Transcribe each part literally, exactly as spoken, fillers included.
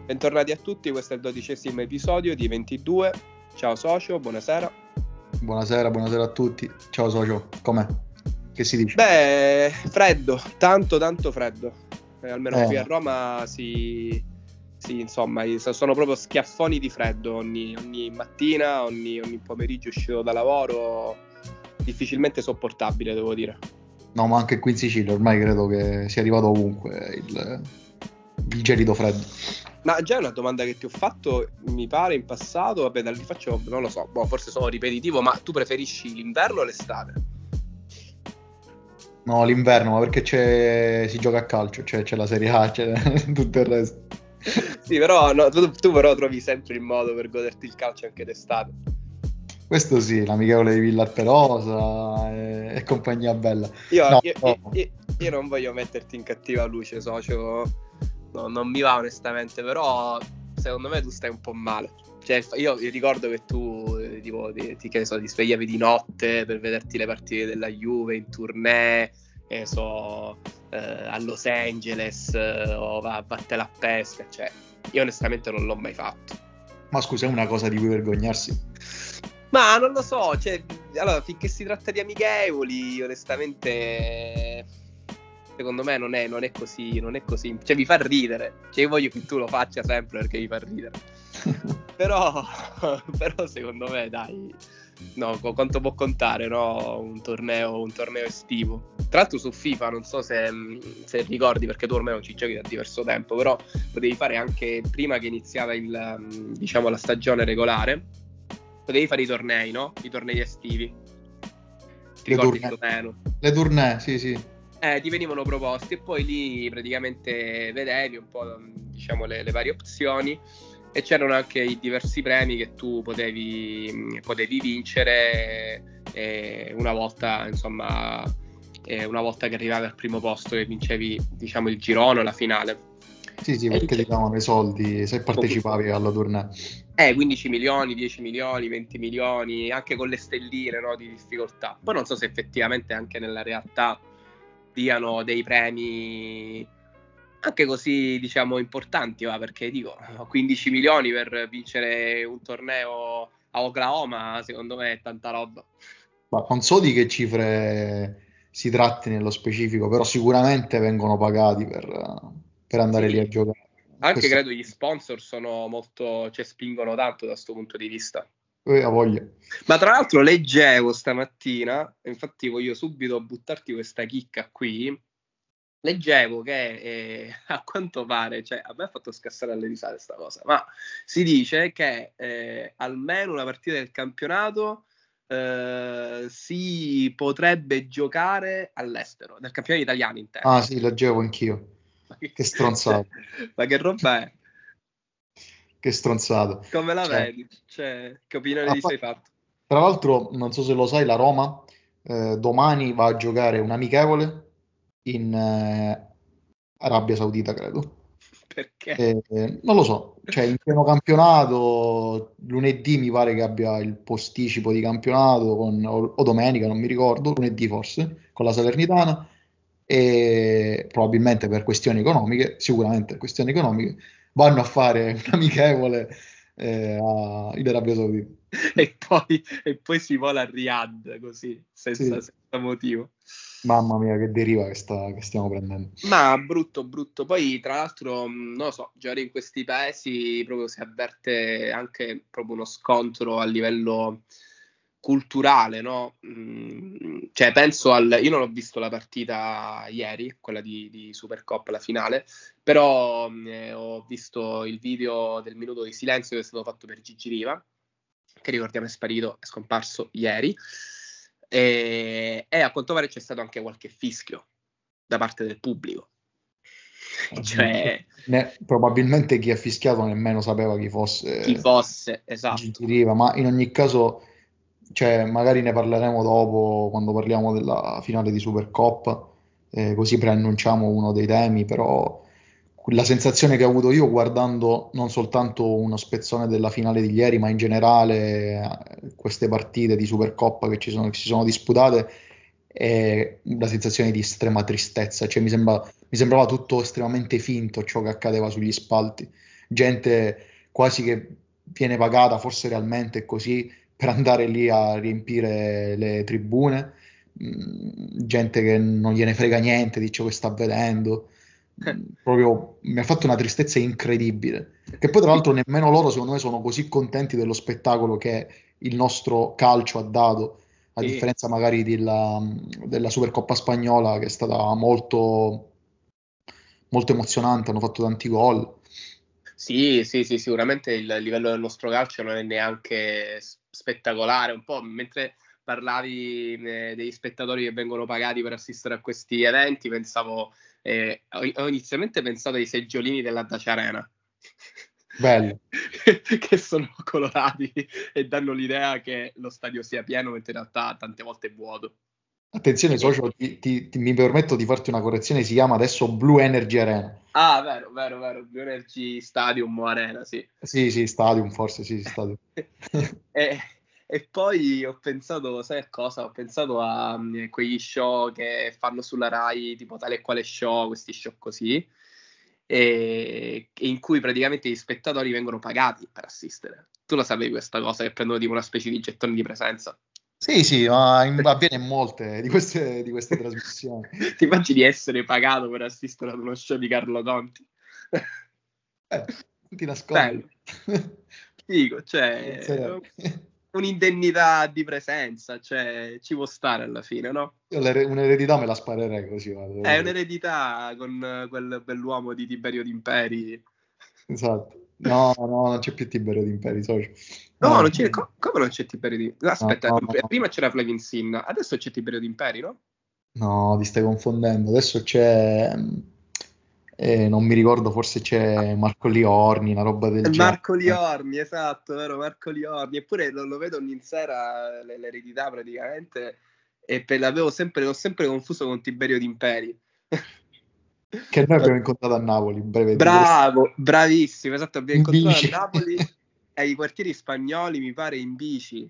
Bentornati a tutti, questo è il dodicesimo episodio di ventidue. Ciao socio, buonasera. Buonasera, buonasera a tutti. Ciao socio, com'è? Che si dice? Beh, freddo, tanto tanto freddo. Eh, almeno Eh, qui a Roma si, si insomma, sono proprio schiaffoni di freddo ogni, ogni mattina, ogni, ogni pomeriggio uscito da lavoro, difficilmente sopportabile, devo dire. no, ma anche qui in Sicilia ormai credo che sia arrivato ovunque il, il gelido freddo. Ma già è una domanda che ti ho fatto, mi pare, in passato, vabbè, da lì faccio, non lo so, boh, forse sono ripetitivo, ma tu preferisci l'inverno o l'estate? No, l'inverno, ma perché c'è, si gioca a calcio, cioè c'è la Serie A, c'è tutto il resto. Sì, però no, tu, tu però trovi sempre il modo per goderti il calcio anche d'estate. Questo sì, l'amichevole di Villa Alperosa e, e compagnia bella. Io, No, io, no. io, io non voglio metterti in cattiva luce, socio, no, non mi va onestamente, però secondo me tu stai un po' male. Cioè, io, io ricordo che tu eh, tipo, ti, ti, che ne so, ti svegliavi di notte per vederti le partite della Juve in tournée, che ne so, eh, a Los Angeles eh, o va a battere a pesca. Cioè, io onestamente non l'ho mai fatto. Ma scusa, è una cosa di cui vergognarsi? Ma non lo so, cioè, allora, finché si tratta di amichevoli, onestamente, secondo me non è, non è così, non è così, cioè mi fa ridere, cioè io voglio che tu lo faccia sempre perché mi fa ridere, però, però secondo me, dai, no, quanto può contare, no, un torneo, un torneo estivo. Tra l'altro su FIFA, non so se, se ricordi, perché tu ormai non ci giochi da diverso tempo, però potevi fare anche prima che iniziava il, diciamo, la stagione regolare. Potevi fare i tornei, no? I tornei estivi. Ti Le ricordi tournée, più o meno? le tournée, sì, sì. Eh, ti venivano proposti e poi lì praticamente vedevi un po', diciamo, le, le varie opzioni e c'erano anche i diversi premi che tu potevi, potevi vincere e una volta, insomma, eh, una volta che arrivavi al primo posto che vincevi, diciamo, il girone o la finale. Sì, sì, E perché ti davano i soldi se partecipavi alla tournée. Eh, quindici milioni, dieci milioni, venti milioni, anche con le stelline, no, di difficoltà. Poi non so se effettivamente anche nella realtà diano dei premi anche così, diciamo, importanti, va, perché dico, quindici milioni per vincere un torneo a Oklahoma, secondo me è tanta roba. Ma non so di che cifre si tratti nello specifico, però sicuramente vengono pagati per, per andare lì a Sì, giocare. anche Questo credo gli sponsor sono molto, cioè spingono tanto da questo punto di vista. eh, ha voglia. Ma tra l'altro leggevo stamattina, infatti voglio subito buttarti questa chicca qui, leggevo che eh, a quanto pare, cioè a me ha fatto scassare alle risate sta cosa, ma si dice che eh, almeno una partita del campionato eh, si potrebbe giocare all'estero, del campionato italiano Ah intendo. sì, leggevo anch'io. Ma che, Che cioè, stronzato, ma che roba è? che stronzato. Come la Cioè, vedi? Cioè, che opinione a ti pa- sei fatto? tra l'altro, non so se lo sai, la Roma eh, domani va a giocare un amichevole in eh, Arabia Saudita, credo. Perché? Eh, eh, non lo so, cioè in pieno campionato, lunedì mi pare che abbia il posticipo di campionato, con- o, o domenica, non mi ricordo, lunedì forse, con la Salernitana, e probabilmente per questioni economiche, sicuramente per questioni economiche, vanno a fare un amichevole eh, a- in Arabia Saudita. e, poi, e poi si vola a Riyadh così, senza, Sì, senza motivo. mamma mia, che deriva che, sta- che stiamo prendendo. Ma brutto, brutto. Poi, tra l'altro, mh, non lo so, giocare in questi paesi proprio si avverte anche proprio uno scontro a livello culturale, no? Mm, cioè, penso al... Io non ho visto la partita ieri, quella di, di Supercoppa, la finale, però mh, eh, ho visto il video del minuto di silenzio che è stato fatto per Gigi Riva, che ricordiamo è sparito, è scomparso ieri, e, e a quanto pare c'è stato anche qualche fischio da parte del pubblico. Cioè, Ne- probabilmente chi ha fischiato nemmeno sapeva chi chi fosse fosse, esatto. Gigi Riva, ma in ogni caso, cioè, magari ne parleremo dopo quando parliamo della finale di Supercoppa, eh, così preannunciamo uno dei temi, però la sensazione che ho avuto io guardando non soltanto uno spezzone della finale di ieri, ma in generale eh, queste partite di Supercoppa che ci sono, che si sono disputate, è una sensazione di estrema tristezza, cioè mi sembra, mi sembrava tutto estremamente finto ciò che accadeva sugli spalti. gente quasi che viene pagata, forse realmente così, per andare lì a riempire le tribune, mh, gente che non gliene frega niente di ciò che sta vedendo. Mh, proprio mi ha fatto una tristezza incredibile. Che poi, tra l'altro, nemmeno loro, secondo me, sono così contenti dello spettacolo che il nostro calcio ha dato, a Sì. differenza magari della, della Supercoppa spagnola, che è stata molto, molto emozionante, hanno fatto tanti gol. Sì, sì, sì, sicuramente il livello del nostro calcio non è neanche s- spettacolare. Un po' mentre parlavi eh, degli spettatori che vengono pagati per assistere a questi eventi, pensavo, eh, ho, ho inizialmente pensato ai seggiolini della Dacia Arena, Bello. che sono colorati e danno l'idea che lo stadio sia pieno, mentre in realtà tante volte è vuoto. Attenzione, E- socio, ti- ti- ti- mi permetto di farti una correzione, si chiama adesso Blue Energy Arena. Ah, vero, vero, vero, Blue Energy Stadium o Arena, sì. Sì, sì, Stadium, forse, sì, sì, Stadium. E, e poi ho pensato, sai a cosa? Ho pensato a mm, quegli show che fanno sulla Rai, tipo tale e quale show, questi show così, e, in cui praticamente gli spettatori vengono pagati per assistere. Tu lo sapevi questa cosa, che prendono tipo una specie di gettone di presenza? Sì, sì, ma in- avviene in molte di queste, di queste trasmissioni. Ti immagini di essere pagato per assistere ad uno show di Carlo Conti? Eh, non ti nascondi. Bello, figo, cioè Pensare- un'indennità di presenza, cioè ci può stare alla fine, no? Io l'ere- un'eredità me la sparerei così, guarda, te lo È giuro. un'eredità con quel bell'uomo di Tiberio d'Imperi. Esatto. No, no, non c'è più Tiberio d'Imperi, socio. No, No, non c'è, co- come non c'è Tiberio d'Imperi? no, Aspetta, no, p- no, prima c'era Flavin Sin, adesso c'è Tiberio d'Imperi, no? no, ti stai confondendo. Adesso c'è, eh, non mi ricordo, forse c'è Marco Liorni, una roba del genere. Marco Liorni, esatto, vero, Marco Liorni. Eppure lo, lo vedo ogni sera l- l'eredità praticamente e pe- l'avevo sempre, l'ho sempre confuso con Tiberio d'Imperi. Che noi abbiamo incontrato a Napoli, in breve di questo. Bravo, bravissimo, esatto, abbiamo In incontrato a bici. Napoli ai quartieri spagnoli, mi pare, in bici.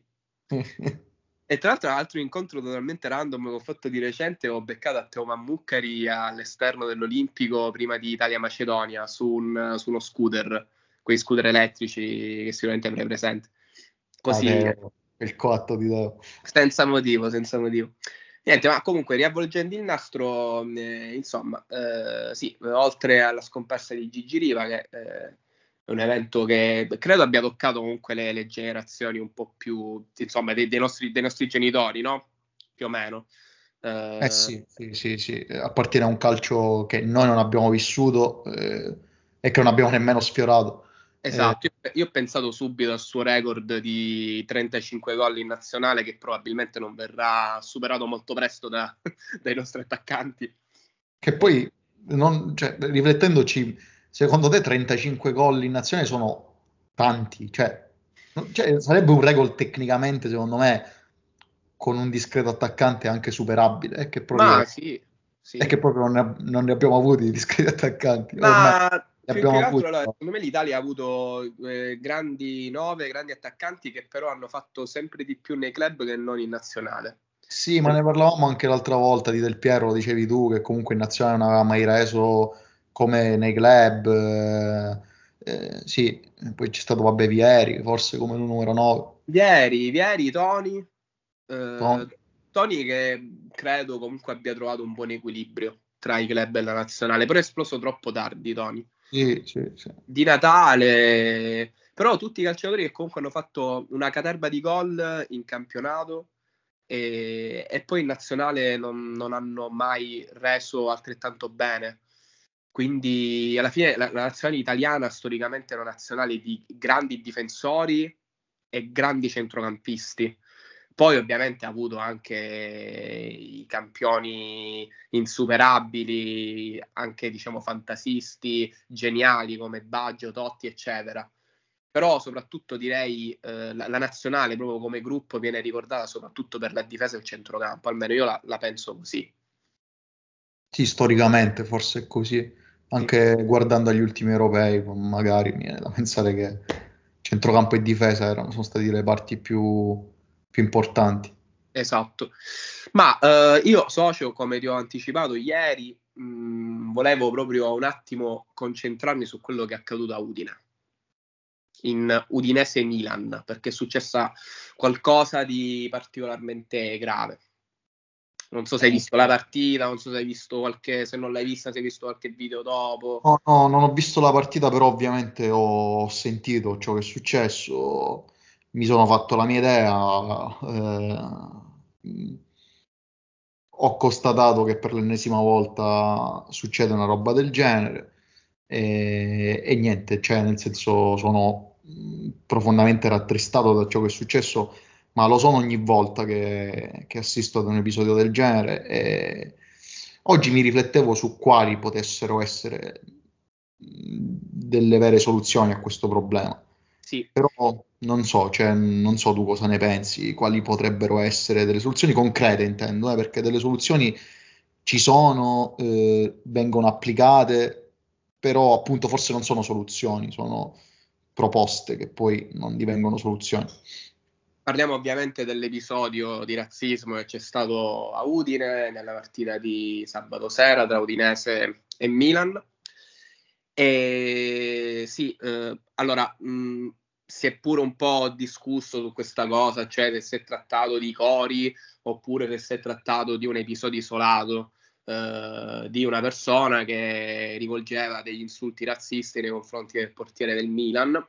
E tra l'altro, altro incontro totalmente random che ho fatto di recente, ho beccato a Teo Mammucari all'esterno dell'Olimpico prima di Italia-Macedonia su, un- su uno scooter, quei scooter elettrici che sicuramente avrei presente. Ah, Così, Teo, il coatto di Teo. senza motivo, senza motivo. Niente, ma comunque riavvolgendo il nastro, eh, insomma, eh, sì, oltre alla scomparsa di Gigi Riva, che eh, è un evento che credo abbia toccato comunque le, le generazioni un po' più, insomma, dei, dei nostri, dei nostri genitori, no? Più o meno. Eh Eh, sì, sì, sì, sì, appartiene a un calcio che noi non abbiamo vissuto eh, e che non abbiamo nemmeno sfiorato. Eh, esatto, io, io ho pensato subito al suo record di trentacinque gol in nazionale, che probabilmente non verrà superato molto presto da- dai nostri attaccanti. che Eh, poi, non- cioè, riflettendoci, secondo te trentacinque gol in nazionale sono tanti? Cioè, no- cioè, sarebbe un record tecnicamente, secondo me, con un discreto attaccante anche superabile. È che ma proprio, sì, è sì. che proprio non ne, non ne abbiamo avuti di discreti attaccanti. O meglio, Ma ne più, più abbiamo che altro, avuti. allora, No. secondo me l'Italia ha avuto eh, grandi nove, grandi attaccanti che però hanno fatto sempre di più nei club che non in nazionale. Sì, ma ne parlavamo anche l'altra volta di Del Piero, lo dicevi tu, che comunque in nazionale non aveva mai reso come nei club. eh, eh, sì, poi c'è stato, vabbè, Vieri, forse come numero nove. Vieri, Vieri, Toni, eh, Tom. Toni che credo comunque abbia trovato un buon equilibrio tra i club e la nazionale, però è esploso troppo tardi, Toni. Sì, sì, sì. Di Natale, però tutti i calciatori che comunque hanno fatto una caterva di gol in campionato e, e poi in nazionale non, non hanno mai reso altrettanto bene. Quindi alla fine la, la nazionale italiana storicamente è una nazionale di grandi difensori e grandi centrocampisti. Poi ovviamente ha avuto anche i campioni insuperabili, anche diciamo fantasisti geniali come Baggio, Totti, eccetera. Però soprattutto direi eh, la, la nazionale proprio come gruppo viene ricordata soprattutto per la difesa e il centrocampo, almeno io la, la penso così. Sì, storicamente forse è così. Sì. Anche guardando agli ultimi europei, magari mi viene da pensare che centrocampo e difesa erano, sono state le parti più, più importanti. Esatto, ma eh, io socio, come ti ho anticipato ieri, mh, volevo proprio un attimo concentrarmi su quello che è accaduto a Udine. in Udinese-Milan, perché è successa qualcosa di particolarmente grave. Non so se hai visto la partita, non so se hai visto qualche, se non l'hai vista, se hai visto qualche video dopo. No, no, non ho visto la partita, però ovviamente ho sentito ciò che è successo, mi sono fatto la mia idea, eh, ho constatato che per l'ennesima volta succede una roba del genere e, e niente, cioè nel senso sono mh, profondamente rattristato da ciò che è successo, ma lo sono ogni volta che, che assisto ad un episodio del genere e oggi mi riflettevo su quali potessero essere mh, delle vere soluzioni a questo problema. Sì, Però non so, cioè, non so tu cosa ne pensi, quali potrebbero essere delle soluzioni concrete, intendo, eh, perché delle soluzioni ci sono, eh, vengono applicate, però appunto forse non sono soluzioni, sono proposte che poi non divengono soluzioni. parliamo ovviamente dell'episodio di razzismo che c'è stato a Udine nella partita di sabato sera tra Udinese e Milan. E sì, eh, allora mh, si è pure un po' discusso su questa cosa, cioè se si è trattato di cori oppure se si è trattato di un episodio isolato eh, di una persona che rivolgeva degli insulti razzisti nei confronti del portiere del Milan.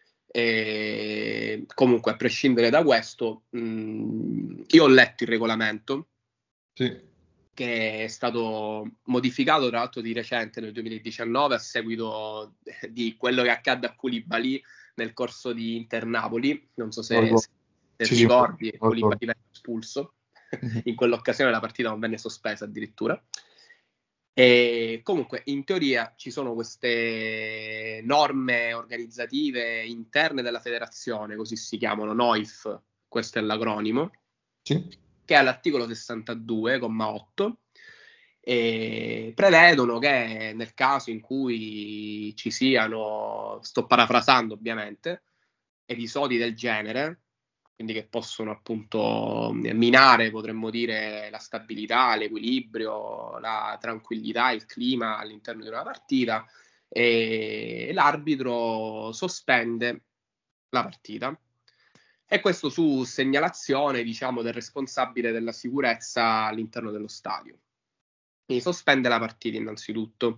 E comunque, a prescindere da questo, mh, io ho letto il regolamento Sì. che è stato modificato tra l'altro di recente nel duemiladiciannove a seguito di quello che accadde a Koulibaly nel corso di Inter-Napoli. Non so Lo se, ricordo. se Sì, sì, ricordi, lo Koulibaly ricordo. venne espulso. Mhm. In quell'occasione la partita non venne sospesa addirittura. E comunque, in teoria ci sono queste norme organizzative interne della federazione, così si chiamano N O I F, questo è l'acronimo, Sì. che è all'articolo sessantadue, comma otto, e prevedono che nel caso in cui ci siano, sto parafrasando ovviamente, episodi del genere, quindi che possono appunto minare, potremmo dire, la stabilità, l'equilibrio, la tranquillità, il clima all'interno di una partita, e l'arbitro sospende la partita. E questo su segnalazione, diciamo, del responsabile della sicurezza all'interno dello stadio. Quindi sospende la partita innanzitutto.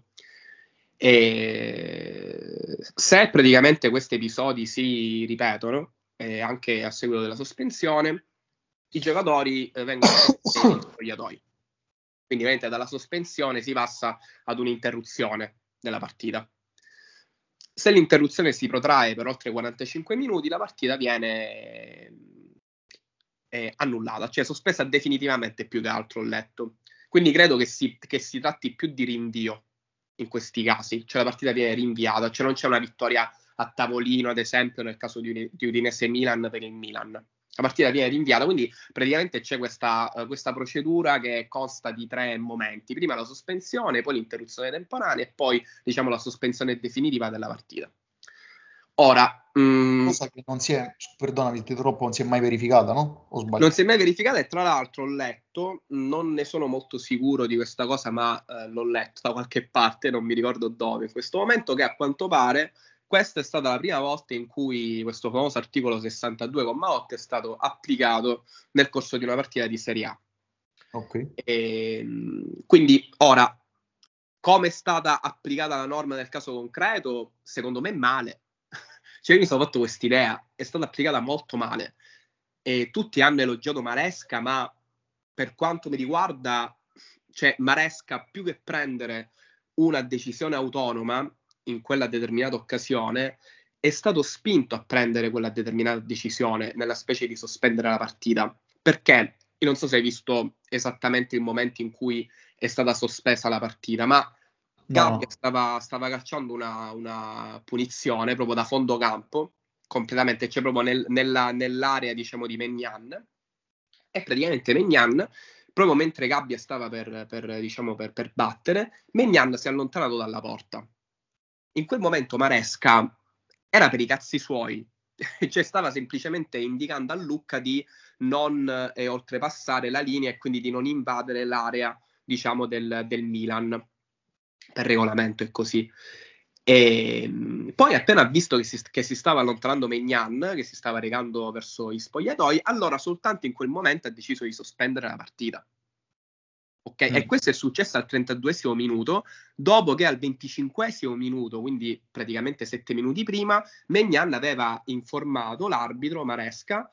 E se praticamente questi episodi si ripetono, eh, anche a seguito della sospensione, i giocatori eh, vengono trasferiti negli spogliatoi. Quindi ovviamente dalla sospensione si passa ad un'interruzione della partita. Se l'interruzione si protrae per oltre quarantacinque minuti, la partita viene eh, annullata, cioè sospesa definitivamente più che altro ho letto. Quindi credo che si, che si tratti più di rinvio in questi casi, cioè la partita viene rinviata, cioè non c'è una vittoria a tavolino, ad esempio nel caso di, di Udinese-Milan per il Milan. La partita viene rinviata, quindi praticamente c'è questa, uh, questa procedura che consta di tre momenti. Prima la sospensione, poi l'interruzione temporanea e poi diciamo la sospensione definitiva della partita. Ora, mh, Cosa che non si è, perdonami, ti interrompo, non si è mai verificata, no? O non sbaglio? si è mai verificata e tra l'altro ho letto, non ne sono molto sicuro di questa cosa, ma eh, l'ho letto da qualche parte, non mi ricordo dove in questo momento, che a quanto pare questa è stata la prima volta in cui questo famoso articolo sessantadue comma otto è stato applicato nel corso di una partita di Serie A. Ok. E, quindi ora, come è stata applicata la norma nel caso concreto? Secondo me male. Cioè io mi sono fatto quest'idea, è stata applicata molto male. E tutti hanno elogiato Maresca, ma per quanto mi riguarda, cioè Maresca più che prendere una decisione autonoma in quella determinata occasione, è stato spinto a prendere quella determinata decisione nella specie di sospendere la partita. Perché? Io non so se hai visto esattamente il momento in cui è stata sospesa la partita, ma No, Gabbia no. stava, stava calciando una, una punizione proprio da fondo campo, completamente, cioè proprio nel, nella, nell'area diciamo di Maignan, e praticamente Maignan, proprio mentre Gabbia stava per, per, diciamo, per, per battere, Maignan si è allontanato dalla porta. In quel momento Maresca era per i cazzi suoi, cioè stava semplicemente indicando a Lucca di non eh, oltrepassare la linea e quindi di non invadere l'area, diciamo, del, del Milan, per regolamento e così. E mh, poi appena ha visto che si, che si stava allontanando Maignan, che si stava recando verso i spogliatoi, allora soltanto in quel momento ha deciso di sospendere la partita. Ok, Mm. e questo è successo al trentaduesimo minuto, dopo che al venticinquesimo minuto, quindi praticamente sette minuti prima, Maignan aveva informato l'arbitro Maresca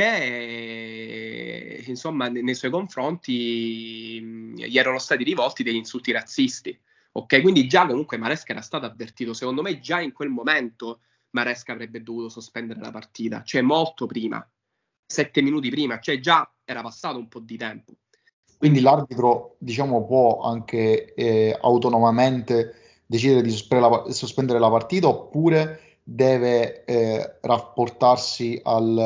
che eh, insomma ne- nei suoi confronti mh, gli erano stati rivolti degli insulti razzisti. Ok, quindi già comunque Maresca era stato avvertito. Secondo me già in quel momento Maresca avrebbe dovuto sospendere la partita, cioè molto prima, sette minuti prima, cioè già era passato un po' di tempo. Quindi Quindi l'arbitro, diciamo, può anche eh, autonomamente decidere di sospendere la, sospendere la partita oppure deve eh, rapportarsi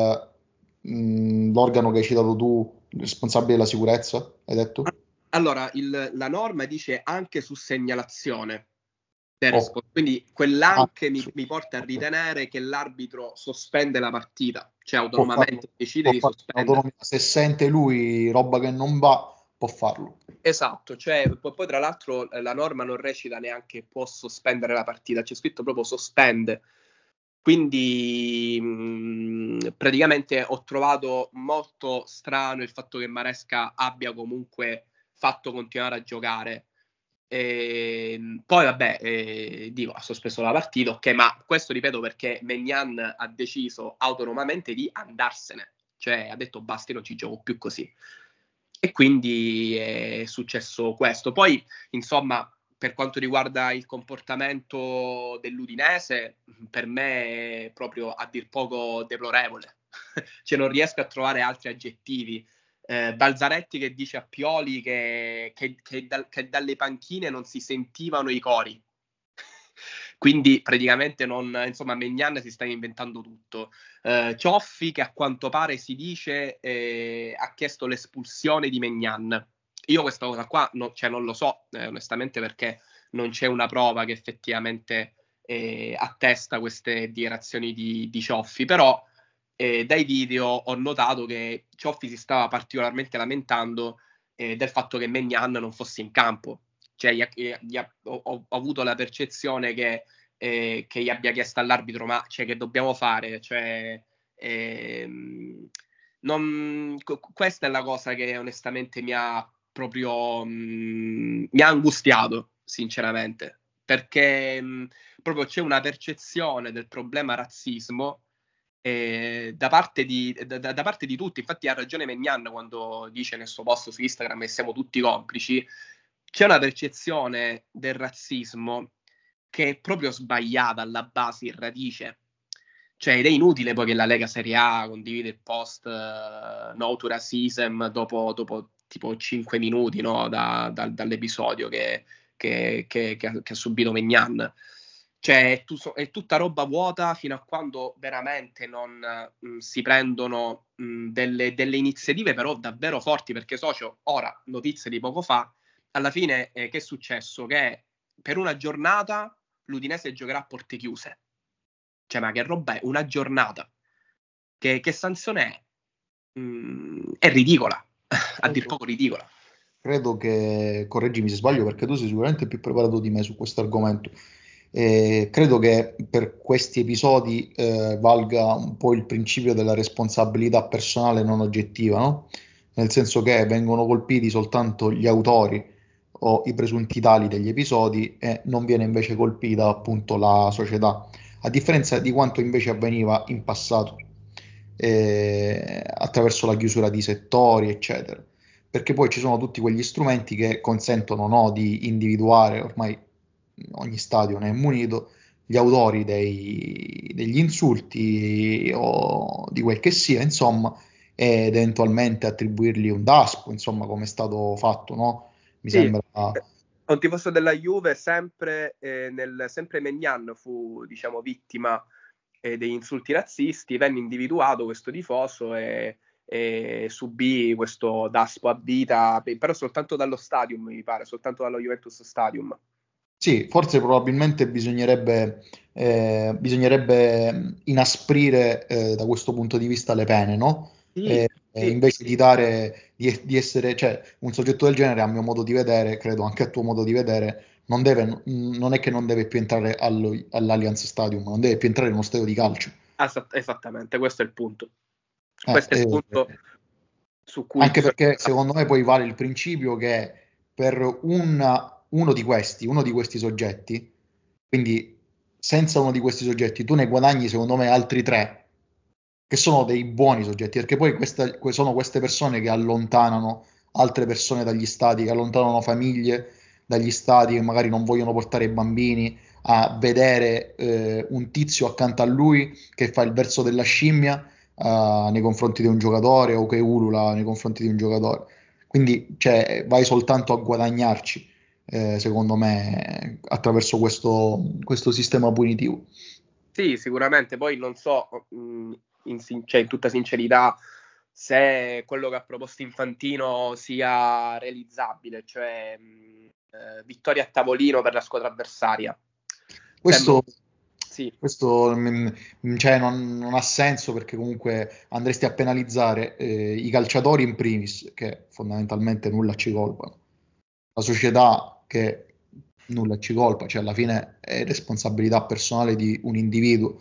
all'organo che hai citato tu, il responsabile della sicurezza, hai detto? allora, il- la norma dice anche su segnalazione del Oh, responsabile, quindi ah, quell'anche mi, su- mi porta a ok. ritenere che l'arbitro sospende la partita, cioè Può farlo, autonomamente decide può di farlo in sospendere. autonomia. Se sente lui roba che non va, può farlo. Esatto, cioè poi, poi tra l'altro eh, la norma non recita neanche può sospendere la partita, c'è scritto proprio sospende. Quindi mh, praticamente ho trovato molto strano il fatto che Maresca abbia comunque fatto continuare a giocare. E, poi vabbè, eh, dico, ha sospeso la partita, ok, ma questo ripeto perché Maignan ha deciso autonomamente di andarsene, cioè ha detto basta, io non ci gioco più così. E quindi è successo questo. Poi, insomma, per quanto riguarda il comportamento dell'Udinese, per me è proprio a dir poco deplorevole. Cioè, non riesco a trovare altri aggettivi. Eh, Balzaretti che dice a Pioli che, che, che, dal, che dalle panchine non si sentivano i cori. Quindi praticamente non, insomma, Maignan si sta inventando tutto. Eh, Cioffi che a quanto pare si dice eh, ha chiesto l'espulsione di Maignan. Io questa cosa qua no, cioè, non lo so eh, onestamente perché non c'è una prova che effettivamente eh, attesta queste dichiarazioni di, di Cioffi, però eh, dai video ho notato che Cioffi si stava particolarmente lamentando eh, del fatto che Maignan non fosse in campo. Cioè, gli ha- gli ha- ho, ho avuto la percezione che, eh, che gli abbia chiesto all'arbitro, ma cioè, che dobbiamo fare? Cioè, ehm, non- co- questa è la cosa che onestamente mi ha proprio mh, mi ha angustiato, sinceramente, perché mh, proprio c'è una percezione del problema razzismo eh, da, parte di, da, da parte di tutti. Infatti ha ragione Maignan quando dice nel suo post su Instagram che siamo tutti complici. C'è una percezione del razzismo che è proprio sbagliata alla base, in radice. Cioè, ed è inutile poi che la Lega Serie A condivide il post uh, No to Racism dopo, dopo tipo cinque minuti no, da, da, dall'episodio che, che, che, che, ha, che ha subito Maignan. Cioè, è, tu, è, tutta roba vuota fino a quando veramente non mh, si prendono mh, delle, delle iniziative però davvero forti, perché socio, ora, notizie di poco fa, alla fine eh, che è successo? Che per una giornata l'Udinese giocherà a porte chiuse. Cioè, ma che roba è? Una giornata. Che, che sanzione è? Mm, è ridicola, a dir Credo, poco ridicola. credo che, correggimi se sbaglio, perché tu sei sicuramente più preparato di me su questo argomento. E credo che per questi episodi eh, valga un po' il principio della responsabilità personale non oggettiva, no? Nel senso che vengono colpiti soltanto gli autori o i presunti tali degli episodi e non viene invece colpita appunto la società, a differenza di quanto invece avveniva in passato eh, attraverso la chiusura di settori, eccetera. Perché poi ci sono tutti quegli strumenti che consentono, no, di individuare, ormai ogni stadio ne è munito, gli autori dei- degli insulti o di quel che sia, insomma, ed eventualmente attribuirgli un DASPO, insomma, come è stato fatto, no? Mi Sì, sembra. un tifoso della Juve, sempre, eh, nel, sempre Maignan fu, diciamo, vittima eh, degli insulti razzisti, venne individuato questo tifoso e, e subì questo daspo a vita, però soltanto dallo stadium, mi pare, soltanto dallo Juventus Stadium. Sì, forse probabilmente bisognerebbe, eh, bisognerebbe inasprire eh, da questo punto di vista le pene, no? Sì, Eh, eh, sì, invece di dare, di, di essere, cioè un soggetto del genere, a mio modo di vedere, credo anche a tuo modo di vedere, non deve, non è che non deve più entrare allo, all'Allianz Stadium, non deve più entrare in uno stadio di calcio. Esatt- esattamente, questo è il punto. Eh, Questo è il eh, punto su cui Anche bisogna... perché secondo me poi vale il principio che per una- uno di questi, uno di questi soggetti, quindi senza uno di questi soggetti, tu ne guadagni secondo me altri tre, che sono dei buoni soggetti, perché poi questa- que- sono queste persone che allontanano altre persone dagli stadi, che allontanano famiglie dagli stadi, che magari non vogliono portare i bambini a vedere eh, un tizio accanto a lui che fa il verso della scimmia eh, nei confronti di un giocatore o che ulula nei confronti di un giocatore. Quindi cioè, vai soltanto a guadagnarci, eh, secondo me, attraverso questo, questo sistema punitivo. Sì, sicuramente, poi non so, mh, in, sin- cioè, in tutta sincerità, se quello che ha proposto Infantino sia realizzabile, cioè mh, eh, vittoria a tavolino per la squadra avversaria. Sembra un... Questo, Sì, questo mm, mm, cioè, non, non ha senso perché comunque andresti a penalizzare eh, i calciatori in primis, che fondamentalmente nulla ci colpano, la società che nulla ci colpa, cioè alla fine è responsabilità personale di un individuo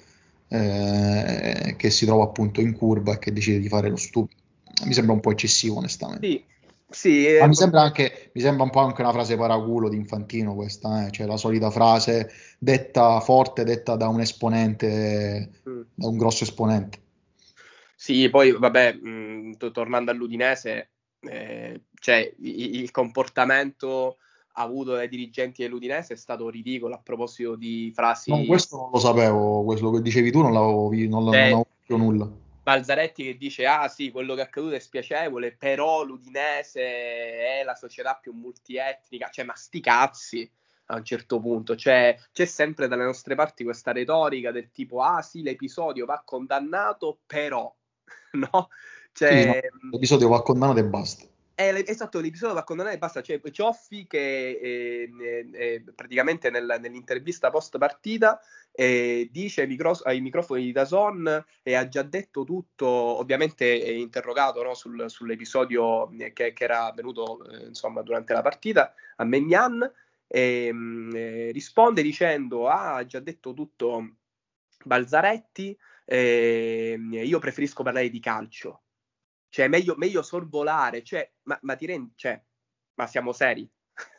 eh, che si trova appunto in curva e che decide di fare lo stupido. Mi sembra un po' eccessivo, onestamente. sì, sì, Ma eh, mi sembra anche, mi sembra un po' anche una frase paraculo di Infantino questa, eh? Cioè la solita frase detta forte, detta da un esponente, mm. da un grosso esponente. Sì, poi vabbè, mh, to- tornando all'Udinese, eh, cioè, i- il comportamento avuto dai dirigenti dell'Udinese è stato ridicolo a proposito di No, frasi, questo non lo sapevo, questo che dicevi tu non l'avevo vi- non, non cioè, avevo capito nulla. Balzaretti che dice: ah sì, quello che è accaduto è spiacevole, però l'Udinese è la società più multietnica. Cioè, ma sti cazzi a un certo punto. Cioè, c'è sempre dalle nostre parti questa retorica del tipo: ah sì, l'episodio va condannato, però no? Sì, no, Cioè, l'episodio va condannato e basta. è le- esatto, l'episodio va condannato e basta. C'è Cioffi che eh, eh, eh, praticamente nel- nell'intervista post partita eh, dice ai, micro- ai microfoni di DAZN e ha già detto tutto, ovviamente è interrogato, no, sul- sull'episodio eh, che, che era avvenuto eh, insomma durante la partita a Maignan e mh, eh, risponde dicendo: ah, ha già detto tutto Balzaretti, eh, io preferisco parlare di calcio. Cioè, meglio, meglio sorvolare, cioè, ma, ma ti rendi, cioè, ma siamo seri?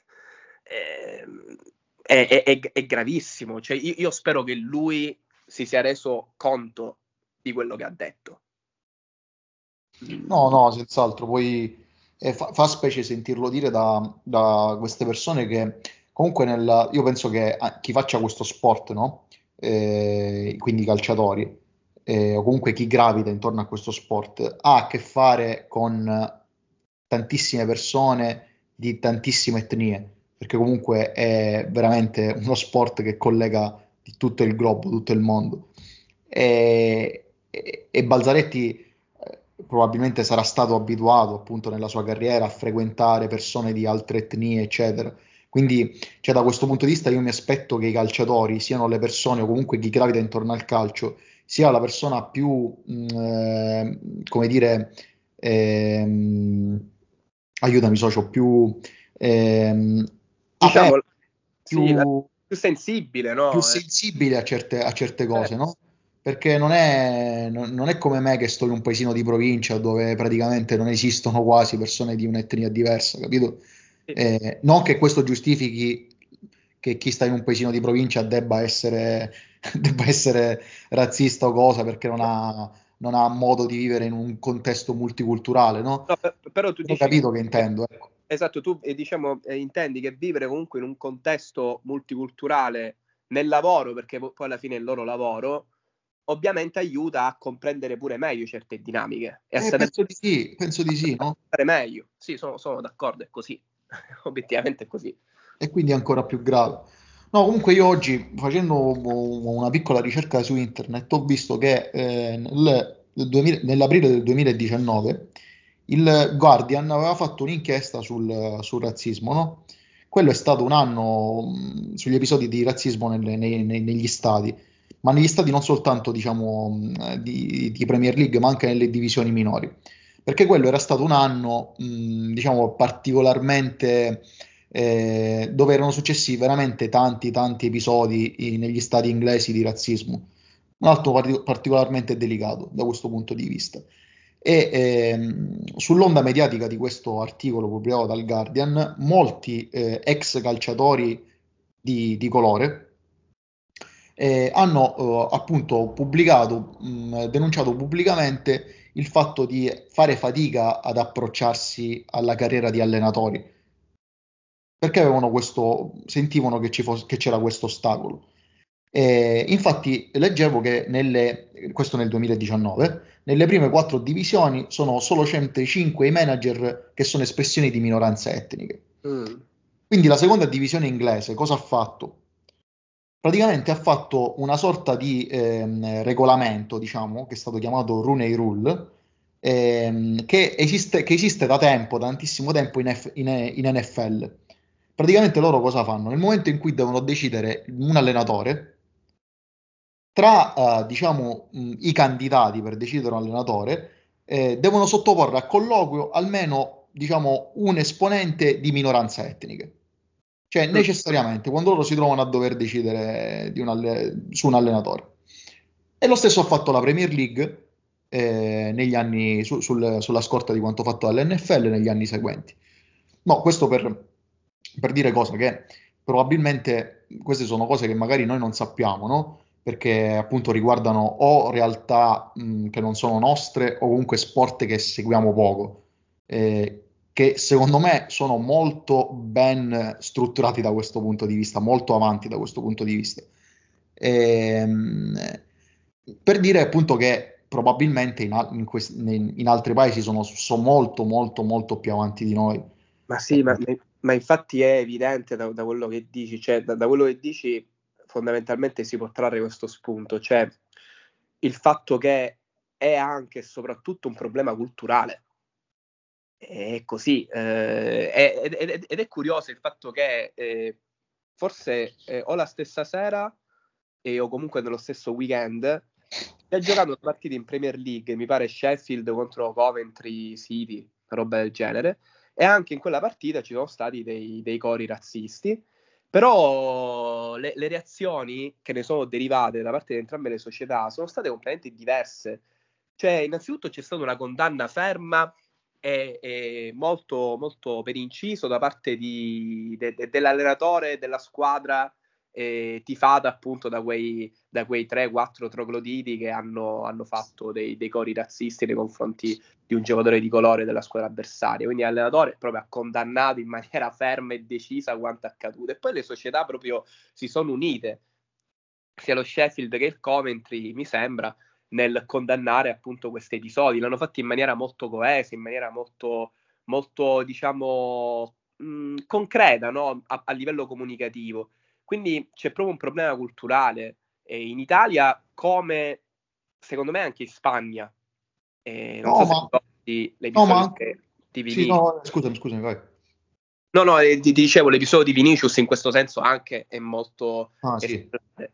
Ehm, è, è- è- è gravissimo. Cioè, io, io spero che lui si sia reso conto di quello che ha detto. No, Mm, no, senz'altro. Poi eh, fa, fa specie sentirlo dire da, da queste persone che comunque nel, io penso che ah, chi faccia questo sport, no? Eh, quindi i calciatori, eh, o comunque chi gravita intorno a questo sport, ha a che fare con tantissime persone di tantissime etnie, perché comunque è veramente uno sport che collega di tutto il globo, tutto il mondo. E, e- e Balzaretti eh, probabilmente sarà stato abituato appunto nella sua carriera a frequentare persone di altre etnie, eccetera. Quindi, cioè, da questo punto di vista, io mi aspetto che i calciatori siano le persone, o comunque chi gravita intorno al calcio, sia la persona più, mh, eh, come dire, ehm, aiutami, socio, più ehm, diciamo, aperto, sì, la più più sensibile, più no? Eh, sensibile a certe, a certe eh, cose, no? Perché non è, non non è come me che sto in un paesino di provincia dove praticamente non esistono quasi persone di un'etnia diversa, capito? sì. Eh, non che questo giustifichi che chi sta in un paesino di provincia debba essere, debba essere razzista o cosa perché non No, ha, non ha modo di vivere in un contesto multiculturale, no? no, per- però tu Però dici che, capito che intendo, ecco. esatto, tu eh, diciamo, eh, intendi che vivere comunque in un contesto multiculturale nel lavoro, perché poi alla fine è il loro lavoro, ovviamente aiuta a comprendere pure meglio certe dinamiche e a Eh, saper penso di sì, penso di sì, no? fare meglio. Sì, sono, sono d'accordo, è così. Obiettivamente è così. E quindi è ancora più grave. No, comunque io oggi, facendo una piccola ricerca su internet, ho visto che eh, nel- nel duemila nell'aprile del duemiladiciannove il Guardian aveva fatto un'inchiesta sul, sul razzismo, no? Quello è stato un anno mh, sugli episodi di razzismo nelle- nei- nei- negli stadi, ma negli stadi non soltanto, diciamo, mh, di, di Premier League, ma anche nelle divisioni minori, perché quello era stato un anno, mh, diciamo, particolarmente eh, dove erano successi veramente tanti, tanti episodi i- negli stati inglesi di razzismo. Un altro parti- particolarmente delicato da questo punto di vista. E ehm, sull'onda mediatica di questo articolo pubblicato dal Guardian, molti eh, ex calciatori di, di colore eh, hanno eh, appunto pubblicato, mh, denunciato pubblicamente il fatto di fare fatica ad approcciarsi alla carriera di allenatori, perché avevano questo, sentivano che, ci fosse, che c'era questo ostacolo. E infatti leggevo che nelle, questo nel duemiladiciannove, nelle prime quattro divisioni sono solo centocinque i manager che sono espressioni di minoranze etniche. Mm. Quindi la seconda divisione inglese cosa ha fatto? Praticamente ha fatto una sorta di ehm, regolamento, diciamo, che è stato chiamato Rooney Rule, ehm, che esiste, che esiste da tempo, da tantissimo tempo in, F- in, in N F L. Praticamente loro cosa fanno? Nel momento in cui devono decidere un allenatore, tra eh, diciamo, mh, i candidati per decidere un allenatore, eh, devono sottoporre a colloquio almeno diciamo, un esponente di minoranze etniche. Cioè, Mm. necessariamente, quando loro si trovano a dover decidere di un alle- su un allenatore. E lo stesso ha fatto la Premier League eh, negli anni, su- sul- sulla scorta di quanto fatto dall'N F L negli anni seguenti. No, questo per, per dire cosa che probabilmente queste sono cose che magari noi non sappiamo, no? Perché appunto riguardano o realtà mh, che non sono nostre o comunque sport che seguiamo poco, eh, che secondo me sono molto ben strutturati da questo punto di vista, molto avanti da questo punto di vista. Ehm, per dire appunto che probabilmente in, al- in quest- in- in altri paesi sono, sono molto molto molto più avanti di noi. Ma sì, ma, Eh, ma infatti è evidente da, da quello che dici, cioè da, da quello che dici fondamentalmente si può trarre questo spunto, cioè il fatto che è anche e soprattutto un problema culturale. È così, eh, è- ed, ed- ed è curioso il fatto che eh, forse eh, o la stessa sera e, o comunque nello stesso weekend si è giocato una partita in Premier League, mi pare Sheffield contro Coventry City, una roba del genere, e anche in quella partita ci sono stati dei, dei cori razzisti, però le, le reazioni che ne sono derivate da parte di entrambe le società sono state completamente diverse. Cioè, innanzitutto c'è stata una condanna ferma e, e molto, molto per inciso da parte di, de, de, dell'allenatore della squadra eh, tifata appunto da quei, da quei tre quattro trogloditi che hanno, hanno fatto dei, dei cori razzisti nei confronti di un giocatore di colore della squadra avversaria. Quindi l'allenatore proprio ha condannato in maniera ferma e decisa quanto accaduto. E poi le società proprio si sono unite, sia lo Sheffield che il Coventry, mi sembra, nel condannare appunto questi episodi. L'hanno fatto in maniera molto coesa, in maniera molto, molto diciamo, mh, concreta, no? a, a livello comunicativo. Quindi c'è proprio un problema culturale eh, in Italia, come secondo me anche in Spagna. Eh, non no, so se ma, ricordi no, l'episodio ma di sì, Vinicius. no, scusami, scusami, vai. No, no, eh, ti, ti dicevo, l'episodio di Vinicius in questo senso anche è molto Ah, sì. esemplare.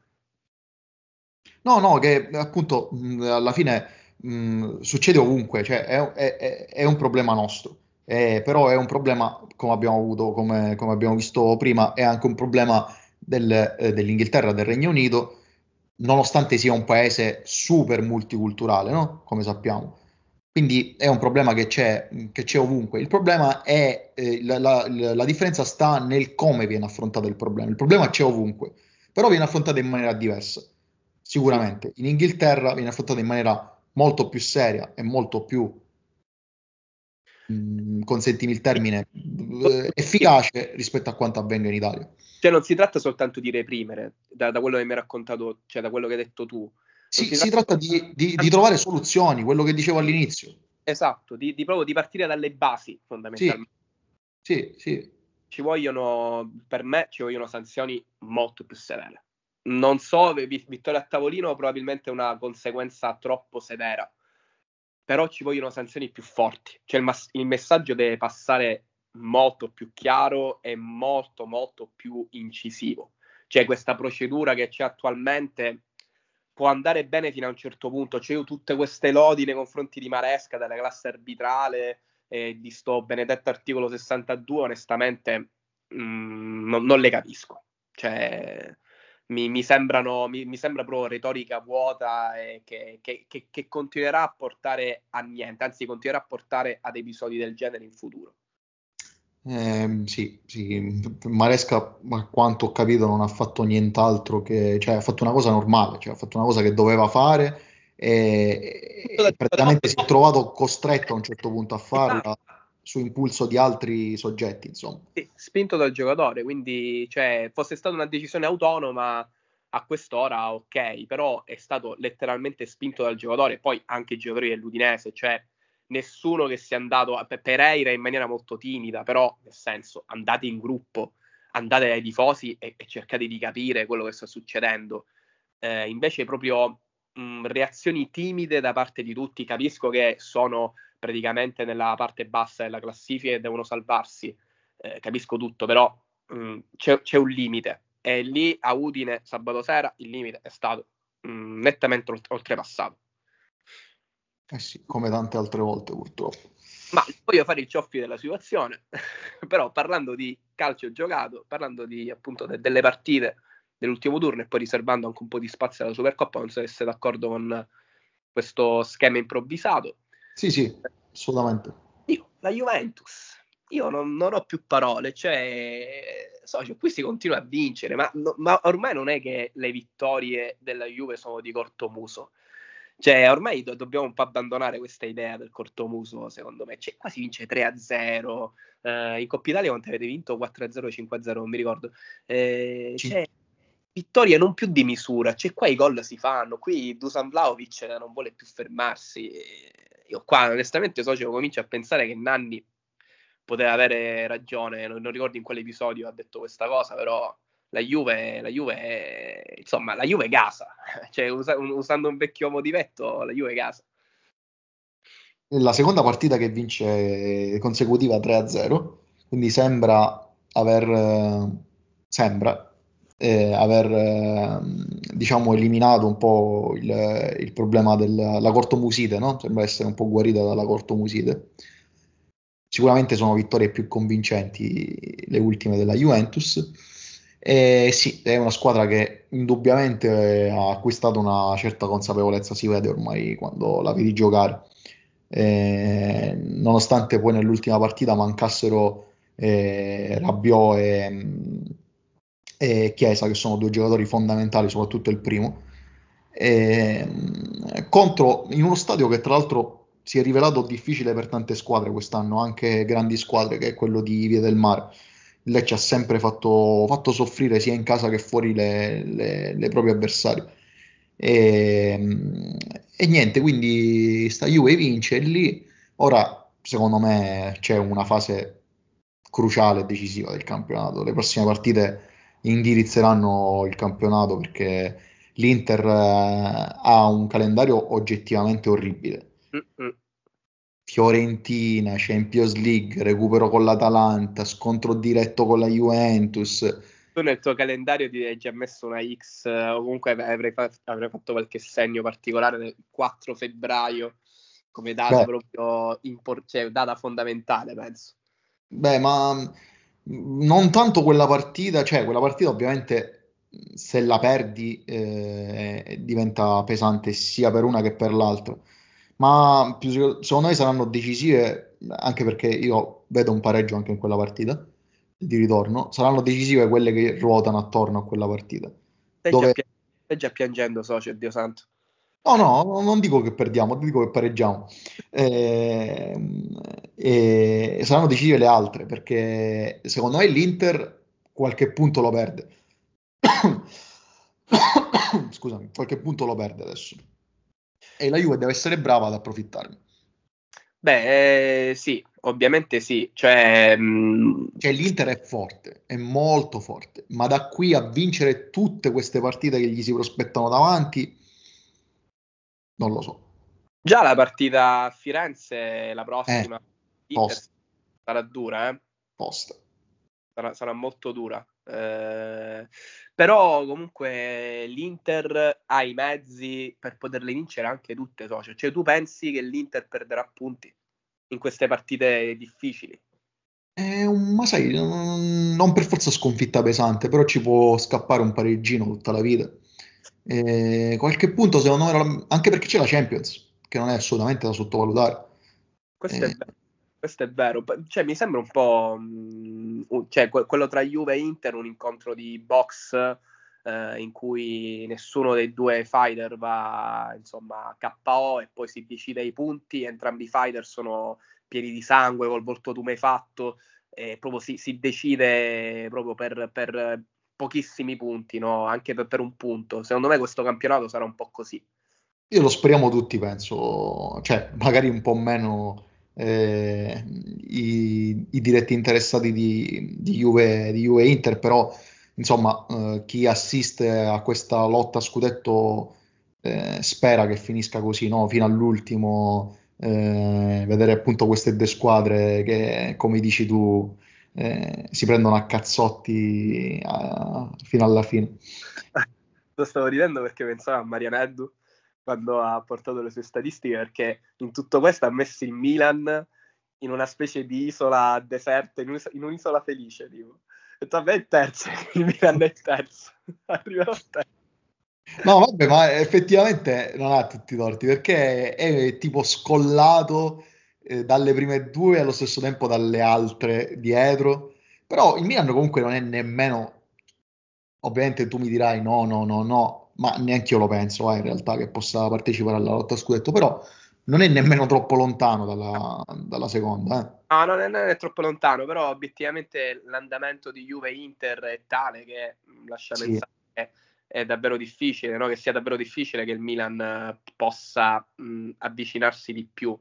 No, no, che appunto mh, alla fine mh, succede ovunque, cioè è, è- è- è un problema nostro. Eh, però è un problema, come abbiamo avuto, come, come abbiamo visto prima, è anche un problema del- eh, dell'Inghilterra, del Regno Unito, nonostante sia un paese super multiculturale, no? Come sappiamo. Quindi è un problema che c'è, che c'è ovunque. Il problema è, eh, la, la- la differenza sta nel come viene affrontato il problema. Il problema c'è ovunque, però viene affrontato in maniera diversa. Sì. Sicuramente. In Inghilterra viene affrontato in maniera molto più seria e molto più, mh, consentimi il termine, eh, efficace rispetto a quanto avvenga in Italia. Cioè, non si tratta soltanto di reprimere, da, da quello che mi hai raccontato, cioè da quello che hai detto tu. Non Si, si si tratta tratta di, di- di soltanto, trovare soluzioni, quello che dicevo all'inizio. esatto, di, di proprio di partire dalle basi, Sì, fondamentalmente. sì, sì. Ci vogliono, per me, ci vogliono sanzioni molto più severe. Non so, vi- vittoria a tavolino probabilmente è una conseguenza troppo severa, però ci vogliono sanzioni più forti. Cioè il, mas- il messaggio deve passare molto più chiaro e molto, molto più incisivo. Cioè questa procedura che c'è attualmente può andare bene fino a un certo punto. C'è io tutte queste lodi nei confronti di Maresca, della classe arbitrale, eh, di sto benedetto articolo sessantadue, onestamente mh, non, non le capisco. Cioè, mi, mi sembrano, mi, mi sembra proprio retorica vuota e che, che, che, che continuerà a portare a niente, anzi continuerà a portare ad episodi del genere in futuro. Eh, sì, sì, Maresca, a quanto ho capito, non ha fatto nient'altro che, cioè ha fatto una cosa normale, cioè ha fatto una cosa che doveva fare e, e praticamente si è trovato costretto a un certo punto a farla su impulso di altri soggetti, insomma. Sì, spinto dal giocatore, quindi cioè, fosse stata una decisione autonoma a quest'ora, ok, però è stato letteralmente spinto dal giocatore, poi anche i giocatori dell'Udinese, cioè nessuno che sia andato, a Pereira in maniera molto timida, però nel senso andate in gruppo, andate dai tifosi e, e cercate di capire quello che sta succedendo. Eh, invece proprio mh, reazioni timide da parte di tutti, capisco che sono praticamente nella parte bassa della classifica e devono salvarsi, eh, capisco tutto, però mh, c'è, c'è un limite e lì a Udine sabato sera il limite è stato mh, nettamente oltrepassato. Eh sì, come tante altre volte purtroppo. Ma voglio fare il cioffi della situazione, però parlando di calcio giocato, parlando di appunto de- delle partite dell'ultimo turno e poi riservando anche un po' di spazio alla Supercoppa, non so se siete d'accordo con questo schema improvvisato. Sì, sì, assolutamente. Io, la Juventus, io non, non ho più parole, cioè, so, cioè, qui si continua a vincere, ma, no, ma ormai non è che le vittorie della Juve sono di cortomuso. Cioè, ormai do- dobbiamo un po' abbandonare questa idea del cortomuso, secondo me. Cioè, qua si vince tre a zero. Eh, in Coppa Italia quanto avete vinto? quattro a zero, cinque a zero, non mi ricordo. Eh, Ci- cioè, vittorie non più di misura. Cioè, qua i gol si fanno. Qui Dusan Vlahovic non vuole più fermarsi. Io qua, onestamente, socio, comincio a pensare che Nanni poteva avere ragione. Non, non ricordo in quale episodio ha detto questa cosa, però la Juve, la Juve è, insomma, la Juve gasa. Cioè, usa, usando un vecchio motivetto, la Juve gasa. È la seconda partita che vince consecutiva tre a zero, quindi sembra aver, eh, sembra, eh, aver eh, diciamo, eliminato un po' il, il problema della cortomusite, no? Sembra essere un po' guarita dalla cortomusite. Sicuramente sono vittorie più convincenti le ultime della Juventus. E sì, è una squadra che indubbiamente ha acquistato una certa consapevolezza, si vede ormai quando la vedi giocare. Eh, nonostante poi nell'ultima partita mancassero eh, Rabiot e, e Chiesa, che sono due giocatori fondamentali, soprattutto il primo, e, contro in uno stadio che tra l'altro si è rivelato difficile per tante squadre quest'anno, anche grandi squadre, che è quello di Via del Mare. Il Lecce ha sempre fatto, fatto soffrire sia in casa che fuori le, le, le proprie avversarie. E, e niente, quindi sta Juve vince e lì ora secondo me c'è una fase cruciale e decisiva del campionato. Le prossime partite indirizzeranno il campionato perché l'Inter eh, ha un calendario oggettivamente orribile. Mm-mm. Fiorentina, Champions League, recupero con l'Atalanta, scontro diretto con la Juventus. Tu nel tuo calendario ti hai già messo una X, eh, o comunque avrei, fa- avrei fatto qualche segno particolare del quattro febbraio come data Beh, proprio impor- cioè, data fondamentale, penso. beh, ma mh, non tanto quella partita, cioè quella partita ovviamente mh, se la perdi eh, diventa pesante sia per una che per l'altra, ma più seco- secondo me saranno decisive anche perché io vedo un pareggio anche in quella partita di ritorno, saranno decisive quelle che ruotano attorno a quella partita, Stai già, dove pia- stai già piangendo, socio, Dio santo. no, no, non dico che perdiamo, dico che pareggiamo. Ehm, E, saranno decisive le altre, perché secondo me l'Inter qualche punto lo perde. Scusami, qualche punto lo perde adesso. E la Juve deve essere brava ad approfittarne. Beh, eh, sì, ovviamente sì, cioè, mh, Cioè l'Inter è forte, è molto forte, ma da qui a vincere tutte queste partite che gli si prospettano davanti, non lo so. già la partita a Firenze, la Eh, prossima, Inter tosta, sarà dura, eh? tosta. Sarà, sarà molto dura. Eh, però comunque l'Inter ha i mezzi per poterle vincere anche tutte, socio. Cioè tu pensi che l'Inter perderà punti in queste partite difficili? È un, ma sai, non non per forza sconfitta pesante, però ci può scappare un pareggino tutta la vita. E qualche punto, secondo me, la- anche perché c'è la Champions, che non è assolutamente da sottovalutare. Questo è Eh, vero, questo è vero. P- Cioè, mi sembra un po', mh, un- cioè, que- quello tra Juve e Inter, un incontro di box eh, in cui nessuno dei due fighter va, insomma, a K O e poi si decide i punti. Entrambi i fighter sono pieni di sangue, col volto tumefatto, e proprio si, si decide proprio per, per pochissimi punti, no? Anche per, per un punto. Secondo me questo campionato sarà un po' così. Io lo speriamo tutti, penso, cioè magari un po' meno eh, i, i diretti interessati di, di Juve, di Juve e Inter, però insomma eh, chi assiste a questa lotta a scudetto eh, spera che finisca così, no? Fino all'ultimo, eh, vedere appunto queste due squadre che, come dici tu, eh, si prendono a cazzotti a- fino alla fine. Lo stavo ridendo perché pensavo a Marianeddu quando ha portato le sue statistiche, perché in tutto questo ha messo il Milan in una specie di isola deserta, in, un'isola, in un'isola felice, tipo. E tu, vabbè, è il terzo, il Milan è il terzo, arriverò terzo. No, vabbè, ma effettivamente non ha tutti i torti perché è tipo scollato eh, dalle prime due e allo stesso tempo dalle altre dietro. Però il Milan comunque non è nemmeno, ovviamente tu mi dirai no, no, no, no, ma neanche io lo penso, eh, in realtà che possa partecipare alla lotta a scudetto, però non è nemmeno troppo lontano dalla, dalla seconda, eh. No, non è, non è troppo lontano, però obiettivamente l'andamento di Juve-Inter è tale che mh, lascia Sì. pensare che è davvero difficile, no? Che sia davvero difficile che il Milan eh, possa mh, avvicinarsi di più.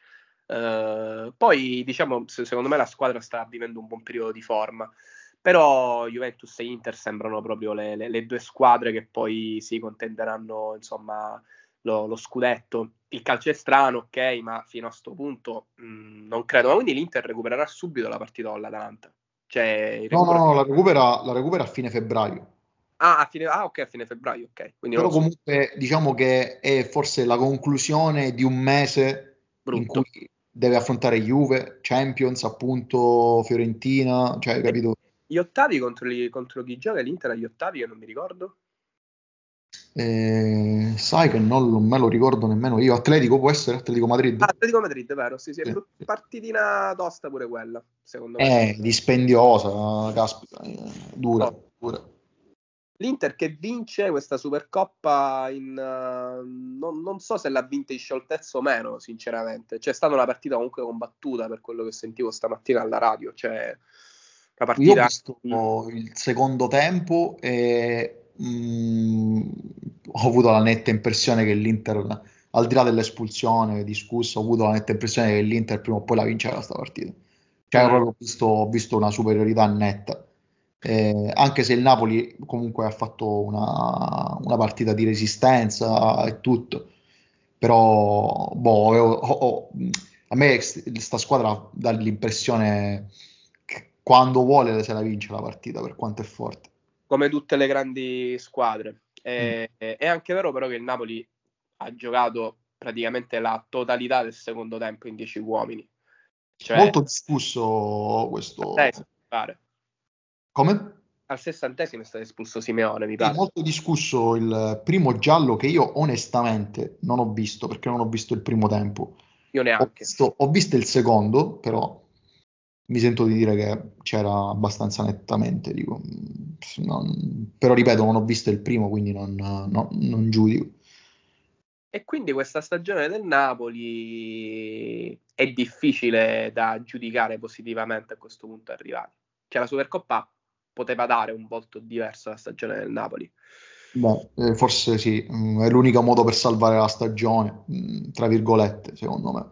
Eh, poi, diciamo, se- secondo me la squadra sta vivendo un buon periodo di forma, però Juventus e Inter sembrano proprio le, le- le due squadre che poi si contenderanno, insomma, lo, lo scudetto. Il calcio è strano, ok, ma fino a sto punto mh, non credo. Ma quindi l'Inter recupererà subito la partita con l'Atalanta. Cioè, il No, no, recupero... no, la recupera, la recupera a fine febbraio. Ah, a fine... ah, ok, a fine febbraio, ok. Quindi Però non so, comunque diciamo che è forse la conclusione di un mese in cui brutto. deve affrontare Juve, Champions, appunto, Fiorentina, cioè, E capito? gli ottavi contro, gli, contro chi gioca l'Inter agli ottavi, io non mi ricordo. Eh, sai che non lo- me lo ricordo nemmeno io. Atletico può essere? Atletico Ah, Madrid? Atletico Madrid, vero? Sì, sì, è Sì, brut- sì. partitina tosta pure quella, secondo me. È dispendiosa, caspita, eh, dura, Oh, dura. l'Inter che vince questa Supercoppa in... uh, non, non so se l'ha vinta in scioltezza o meno, sinceramente. C'è stata una partita comunque combattuta per quello che sentivo stamattina alla radio. Cioè, una Io ho partita... visto il secondo tempo e mh, ho avuto la netta impressione che l'Inter, al di là dell'espulsione discussa, ho avuto la netta impressione che l'Inter prima o poi la vinceva questa partita. Cioè, Mm. proprio ho visto, ho visto una superiorità netta. Eh, anche se il Napoli comunque ha fatto una, una partita di resistenza e tutto, però boh, avevo- ho- ho- a me questa squadra dà l'impressione che quando vuole se la vince la partita, per quanto è forte. Come tutte le grandi squadre. Mm. E- è anche vero però che il Napoli ha giocato praticamente la totalità del secondo tempo in dieci uomini. Cioè, Molto discusso questo. eh, pare. Come? Al sessantesimo è stato espulso Simeone, mi Sì, pare. molto discusso il primo giallo che io onestamente non ho visto perché non ho visto il primo tempo. Io Ho neanche. visto, ho visto il secondo, però mi sento di dire che c'era abbastanza nettamente, dico. Mm, non- però ripeto, non ho visto il primo, quindi non, no- non giudico. E quindi questa stagione del Napoli è difficile da giudicare positivamente a questo punto arrivati. Cioè la Supercoppa poteva dare un volto diverso alla stagione del Napoli. Beh, eh, forse sì, mm, è l'unico modo per salvare la stagione, mm, tra virgolette, secondo me.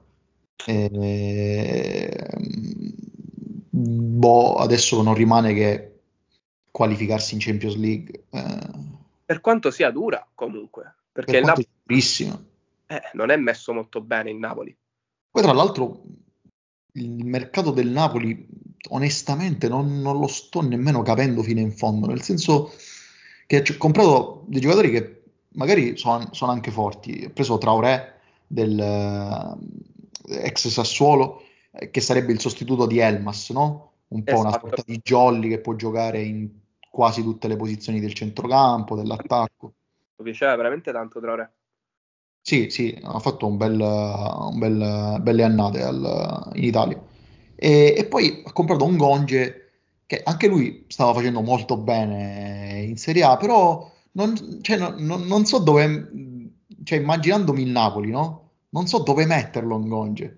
E, mm, boh, adesso non rimane che qualificarsi in Champions League, eh, Per quanto sia dura, comunque, perché per il quanto è Napoli durissimo. eh, non è messo molto bene il Napoli. Poi, tra l'altro, il mercato del Napoli, onestamente, non, non lo sto nemmeno capendo fino in fondo, nel senso che ci ho comprato dei giocatori che magari sono sono anche forti. Ho preso Traoré del eh, ex Sassuolo, eh, che sarebbe il sostituto di Elmas, no? un po' una Esatto, sorta di jolly che può giocare in quasi tutte le posizioni del centrocampo, dell'attacco. mi piaceva veramente tanto Traoré. Sì, sì, ha fatto un bel, un bel- belle annate al- in Italia. E, e poi ha comprato un Gonge che anche lui stava facendo molto bene in Serie A, però non, cioè, non- non- non so dove, cioè immaginandomi il Napoli, no? Non so dove metterlo un Gonge.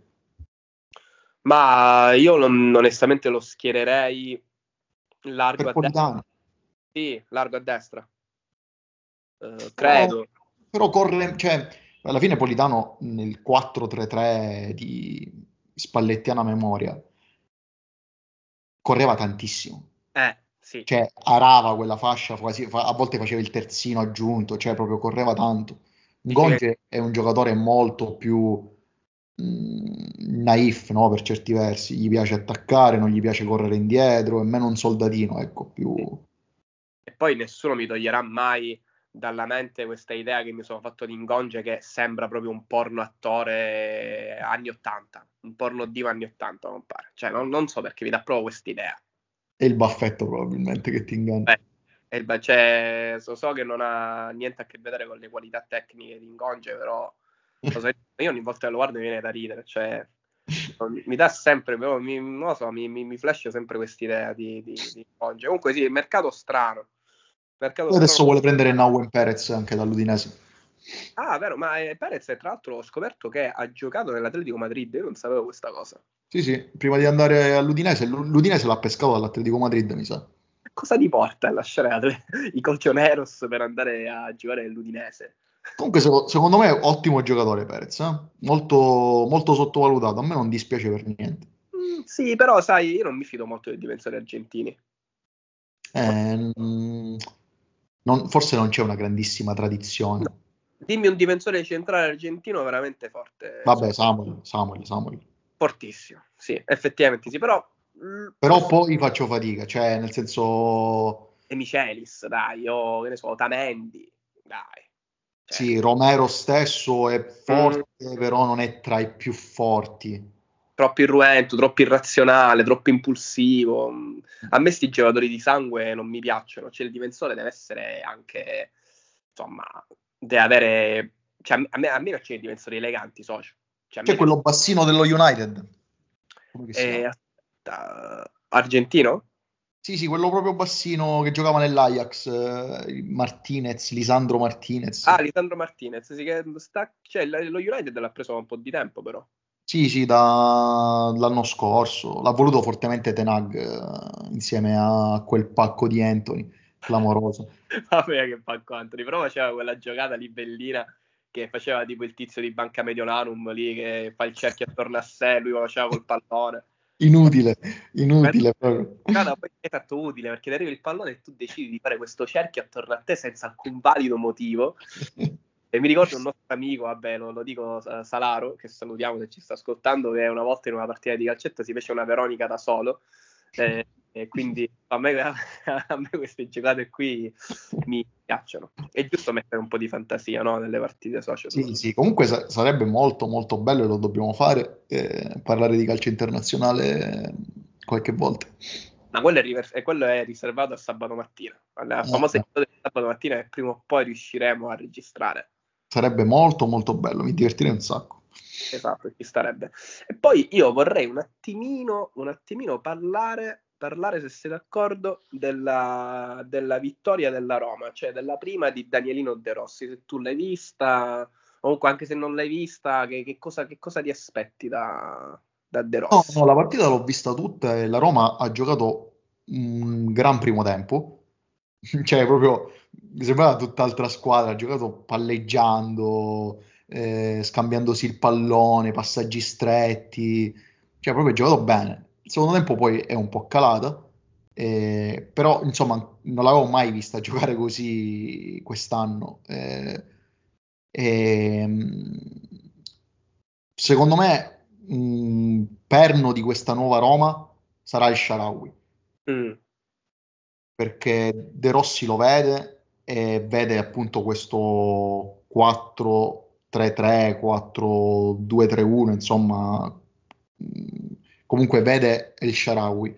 Ma io non- onestamente lo schiererei largo Per a destra. Politano. Sì, largo a destra. Eh, Però, credo. però corre, cioè, alla fine Politano nel quattro tre tre di spallettiana memoria correva tantissimo. Eh, sì. Cioè arava quella fascia, quasi- fa- a volte faceva il terzino aggiunto, cioè proprio correva tanto. Dici che Gonge è un giocatore molto più mh, naif, no, per certi versi, gli piace attaccare, non gli piace correre indietro, è meno un soldatino, ecco, più... sì. E poi nessuno mi toglierà mai dalla mente questa idea che mi sono fatto di Ngonge che sembra proprio un porno attore anni ottanta, un porno diva anni ottanta, compare. Cioè, non, non so perché mi dà proprio quest'idea. È il baffetto probabilmente che ti inganna. Eh, e il ba- cioè, so, so che non ha niente a che vedere con le qualità tecniche di Ngonge, però lo so, io ogni volta che lo guardo mi viene da ridere, cioè mi, mi dà sempre, però, mi, non lo so, mi, mi, mi flasha sempre quest'idea di, di, di Ngonge. Comunque sì, il mercato strano, mercato Poi strano. adesso vuole prendere Nauen Perez anche dall'Udinese. Ah, vero, ma eh, Perez tra l'altro ho scoperto che ha giocato nell'Atletico Madrid, io non sapevo questa cosa. Sì, sì, prima di andare all'Udinese, l'U- l'Udinese l'ha pescato dall'Atletico Madrid, mi sa. Cosa ti porta a lasciare Atle- i Colchoneros per andare a giocare nell'Udinese? Comunque, seco- secondo me è ottimo giocatore Perez, eh? Molto, molto sottovalutato. A me non dispiace per niente. Mm, sì, però sai, io non mi fido molto dei difensori argentini. Eh, mm, non- forse non c'è una grandissima No. tradizione. Dimmi un difensore centrale argentino veramente forte, so- Vabbè, Samuel, Samuel, Samuel. fortissimo. Sì, effettivamente sì, però mm, Però posso... poi faccio fatica, cioè nel senso, De Michelis, dai, o che ne so, Otamendi, dai. Cioè, sì, Romero stesso è mm, forte, però non è tra i più forti. troppo irruento, troppo irrazionale, troppo impulsivo. A me sti giocatori di sangue non mi piacciono. Cioè, il difensore deve essere anche, insomma, deve avere... Cioè, a me, a me piacciono i difensori eleganti, socio. Cioè, a C'è me piace... quello bassino dello United, come che si Eh, chiama? aspetta, argentino? Sì, sì, quello proprio bassino che giocava nell'Ajax, eh, Martinez, Lisandro Ah, Martinez. Lisandro Martinez, sì, che sta... cioè, lo United l'ha preso un po' di tempo, però. Sì, sì, da- dall'anno scorso. L'ha voluto fortemente Ten Hag, eh, insieme a quel pacco di Anthony, clamoroso. Vabbè che fa Anthony, però faceva quella giocata lì bellina che faceva tipo il tizio di Banca Mediolanum lì che fa il cerchio attorno a sé, lui lo faceva col pallone. Inutile, Quella inutile proprio. giocata poi è tanto utile perché ti arriva il pallone e tu decidi di fare questo cerchio attorno a te senza alcun valido motivo. E mi ricordo un nostro amico, vabbè, lo, lo dico eh, Salaro, che salutiamo se ci sta ascoltando, che una volta in una partita di calcetto si fece una Veronica da solo. Eh, e quindi a me, a me queste giocate qui mi piacciono. È giusto mettere un po' di fantasia, no, nelle partite social. Sì, sì, comunque sa- sarebbe molto molto bello e lo dobbiamo fare, eh, parlare di calcio internazionale eh, qualche volta. Ma quello è, river- e quello è riservato a sabato mattina, alla Eh, famosa eh, episodio di sabato mattina che prima o poi riusciremo a registrare. sarebbe molto molto bello, mi divertirei un sacco. Esatto, ci starebbe. E poi io vorrei un attimino, un attimino parlare, parlare, se sei d'accordo, della, della vittoria della Roma, cioè della prima di Danielino De Rossi. Se tu l'hai vista, comunque anche se non l'hai vista, che, che cosa, che cosa ti aspetti da, da De No, Rossi? no, la partita l'ho vista tutta e la Roma ha giocato un gran primo tempo, cioè proprio mi sembrava tutt'altra squadra, ha giocato palleggiando, eh, scambiandosi il pallone, passaggi stretti, cioè proprio ha giocato bene. Il secondo tempo poi è un po' calata, eh, però insomma non l'avevo mai vista giocare così quest'anno. Eh, e, secondo me, mh, perno di questa nuova Roma sarà il Shaarawy, Mm, perché De Rossi lo vede e vede appunto questo quattro tre tre, quattro due tre uno, insomma, mh, comunque vede il Shaarawy.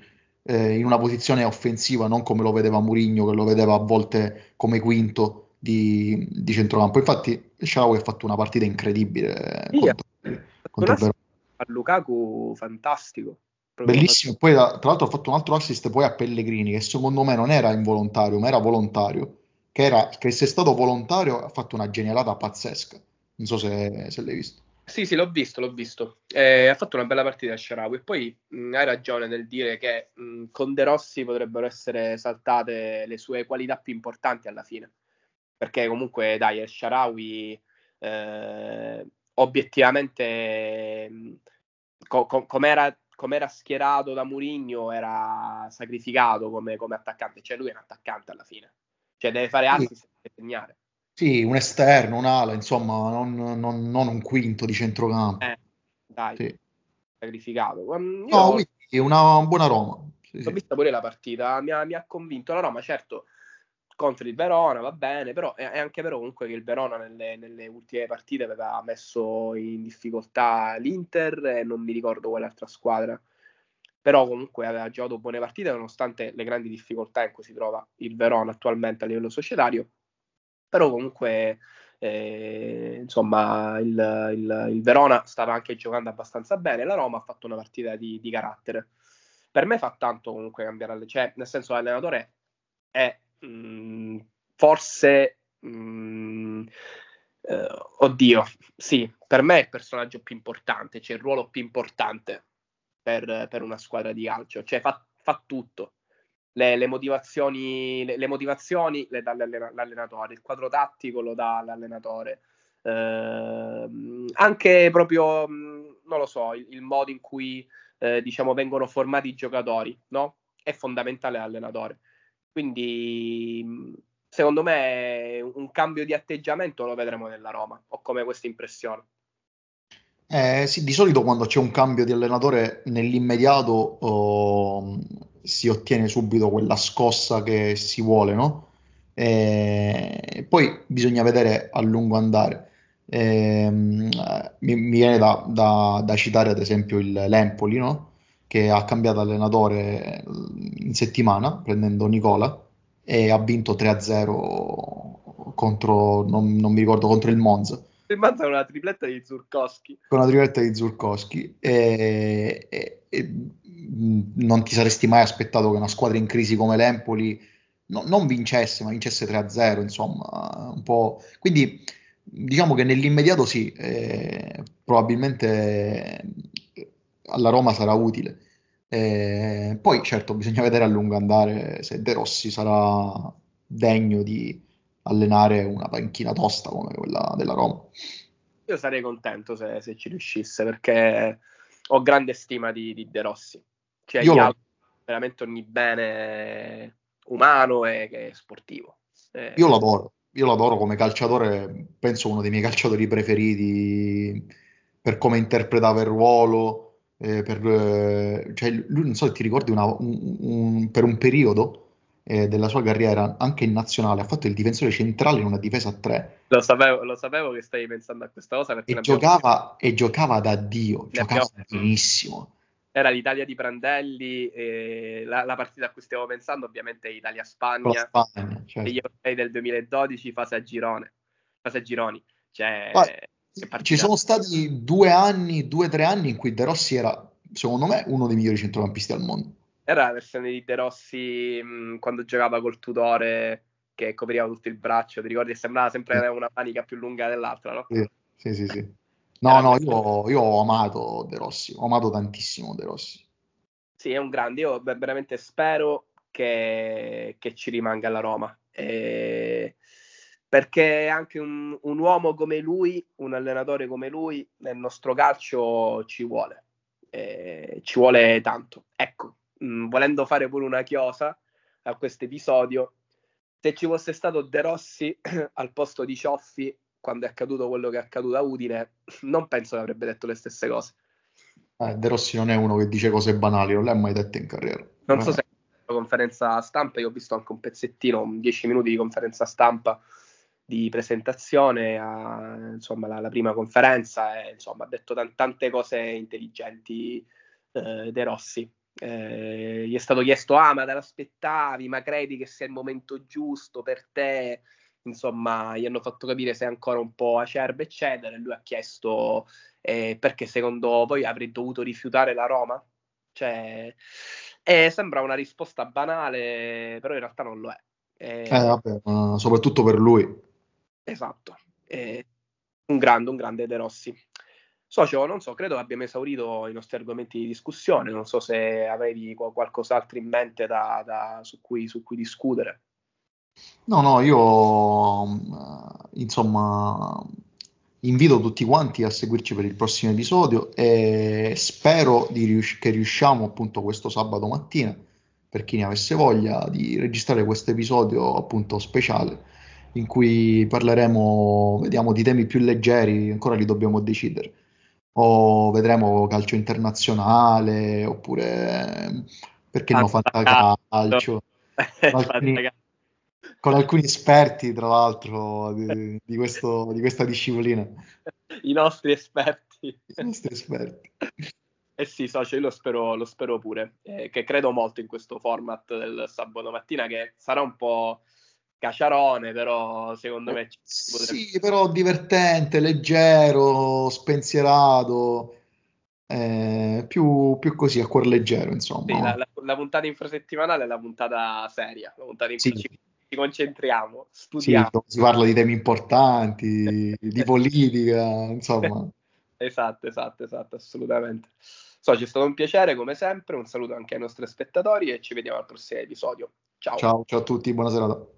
eh, in una posizione offensiva, non come lo vedeva Mourinho, che lo vedeva a volte come quinto di, di centrocampo. Infatti, El Shaarawy ha fatto una partita incredibile Sì, ha contro, fatto un contro il assist Verona. a Lukaku fantastico, proprio fan- Bellissimo. E poi, tra tra l'altro, ha fatto un altro assist poi a Pellegrini, che secondo me non era involontario, ma era volontario. Che, era, che se è stato volontario ha fatto una genialata pazzesca. Non so se, se l'hai visto. Sì, sì, l'ho visto, l'ho visto. Eh, ha fatto una bella partita a Shaarawy. E poi mh, hai ragione nel dire che mh, con De Rossi potrebbero essere saltate le sue qualità più importanti alla fine. Perché comunque, dai, El Shaarawy eh, obiettivamente mh, co- co- com'era, com'era schierato da Mourinho era sacrificato come, come attaccante. Cioè lui è un attaccante alla fine. Cioè deve fare Sì, assist e segnare. sì, un esterno, un'ala, insomma, non, non- non un quinto di centrocampo. Eh, dai, Sì. sacrificato. Mm, No, Io quindi è una buona Roma. Sì, l'ho sì. vista pure la partita, mi ha, mi ha convinto la Roma, certo, contro il Verona, va bene, però è, è anche vero comunque che il Verona nelle, nelle ultime partite aveva messo in difficoltà l'Inter e non mi ricordo quale altra squadra, però comunque aveva giocato buone partite nonostante le grandi difficoltà in cui si trova il Verona attualmente a livello societario, però comunque eh, insomma il, il- il Verona stava anche giocando abbastanza bene, la Roma ha fatto una partita di, di carattere. Per me fa tanto comunque cambiare, alle- cioè nel senso l'allenatore è mh, forse mh, eh, oddio, sì, per me è il personaggio più importante, cioè il ruolo più importante per, per una squadra di calcio, cioè fa, fa tutto. Le, le motivazioni, le, le motivazioni le dà l'allena- l'allenatore, il quadro tattico lo dà l'allenatore, Ehm, anche proprio, mh, non lo so, il, il modo in cui eh, diciamo vengono formati i giocatori, no? È fondamentale l'allenatore. Quindi, mh, secondo me, un cambio di atteggiamento lo vedremo nella Roma. Ho come questa impressione. Eh, sì, di solito quando c'è un cambio di allenatore nell'immediato oh, si ottiene subito quella scossa che si vuole, no? E poi bisogna vedere a lungo andare. Ehm, mi, mi viene da, da- da citare ad esempio il l'Empoli, no? Che ha cambiato allenatore in settimana prendendo Nicola e ha vinto tre a zero contro, non, non mi ricordo, contro il Monza Mi manca una tripletta di Zurkowski. con la tripletta di Zurkowski e, e- e, mh, non ti saresti mai aspettato che una squadra in crisi come l'Empoli no- non vincesse, ma vincesse tre a zero, insomma, un po'. Quindi diciamo che nell'immediato sì, eh, probabilmente eh, alla Roma sarà utile. Eh, poi certo bisogna vedere a lungo andare se De Rossi sarà degno di allenare una panchina tosta come quella della Roma. Io sarei contento se, se ci riuscisse perché ho grande stima di, di De Rossi. Cioè, Io gli lo, ha veramente ogni bene umano e che sportivo. Io Eh, l'adoro, io l'adoro come calciatore, penso uno dei miei calciatori preferiti per come interpretava il ruolo, eh, per, eh, cioè lui non so se ti ricordi una- un- un- per un periodo eh, della sua carriera anche in nazionale ha fatto il difensore centrale in una difesa a tre lo sapevo, lo sapevo che stavi pensando a questa cosa perché e ne abbiamo, giocava, e giocava da Dio, ne giocava abbiamo benissimo era l'Italia di Prandelli, e la, la partita a cui stiamo pensando ovviamente è con la Italia-Spagna Spagna, degli certo. europei del duemiladodici, fase a girone, fase a gironi. Ma Cioè, che ci partita. sono stati due anni, due o tre anni in cui De Rossi era, secondo me, uno dei migliori centrocampisti al mondo. Era la versione di De Rossi mh, quando giocava col tutore che copriva tutto il braccio, ti ricordi? Sembrava sempre Sì, avere una manica più lunga dell'altra, no? sì, sì, sì, sì. No, Era no, questo. io, io ho amato De Rossi, ho amato tantissimo De Rossi. Sì, è un grande. Io beh, veramente spero che, che ci rimanga alla Roma. E- Perché anche un, un uomo come lui, un allenatore come lui, nel nostro calcio ci vuole. E ci vuole tanto. Ecco, mh, volendo fare pure una chiosa a questo episodio, se ci fosse stato De Rossi al posto di Cioffi quando è accaduto quello che è accaduto a Udine, non penso che avrebbe detto le stesse cose. Eh, De Rossi non è uno che dice cose banali, non le ha mai dette in carriera. Non so Eh, se è una conferenza stampa, io ho visto anche un pezzettino, un dieci minuti di conferenza stampa di presentazione, a, insomma, la, la prima conferenza, e insomma, ha detto tan- tante cose intelligenti eh, De Rossi. Eh, gli è stato chiesto: ah, ma te l'aspettavi, ma credi che sia il momento giusto per te? Insomma, gli hanno fatto capire se è ancora un po' acerbo, eccetera, e lui ha chiesto eh, perché secondo voi avrei dovuto rifiutare la Roma? Cioè, eh, sembra una risposta banale, però in realtà non lo è. Eh, Eh, vabbè, ma soprattutto per lui. esatto. Eh, un grande, un grande De Rossi. Socio, non so, credo abbiamo esaurito i nostri argomenti di discussione, non so se avevi qual- qualcos'altro in mente da, da- su cui, su cui discutere. No, no, io eh, insomma invito tutti quanti a seguirci per il prossimo episodio e spero di rius- che riusciamo appunto questo sabato mattina, per chi ne avesse voglia, di registrare questo episodio appunto speciale in cui parleremo, vediamo, di temi più leggeri, ancora li dobbiamo decidere. O vedremo calcio internazionale, oppure perché no, Fantacalcio. fantacalcio. Con alcuni, Fantacalcio. con alcuni esperti, tra l'altro, di, di questo- di questa disciplina. I nostri esperti. I nostri esperti. Eh sì, socio, io lo spero, lo spero pure, eh, che credo molto in questo format del sabato mattina, che sarà un po' caciarone, però secondo me ci potrebbe... Sì, però divertente, leggero, spensierato, eh, più, più così, a cuor leggero, insomma. Sì, la, Va. la- la puntata infrasettimanale è la puntata seria, la puntata in cui Sì, ci, ci concentriamo, sì, studiamo. si parla di temi importanti, di politica, insomma. Esatto, esatto, esatto, assolutamente. So, c'è stato un piacere come sempre, un saluto anche ai nostri spettatori e ci vediamo al prossimo episodio. Ciao. Ciao, ciao a tutti, buona serata.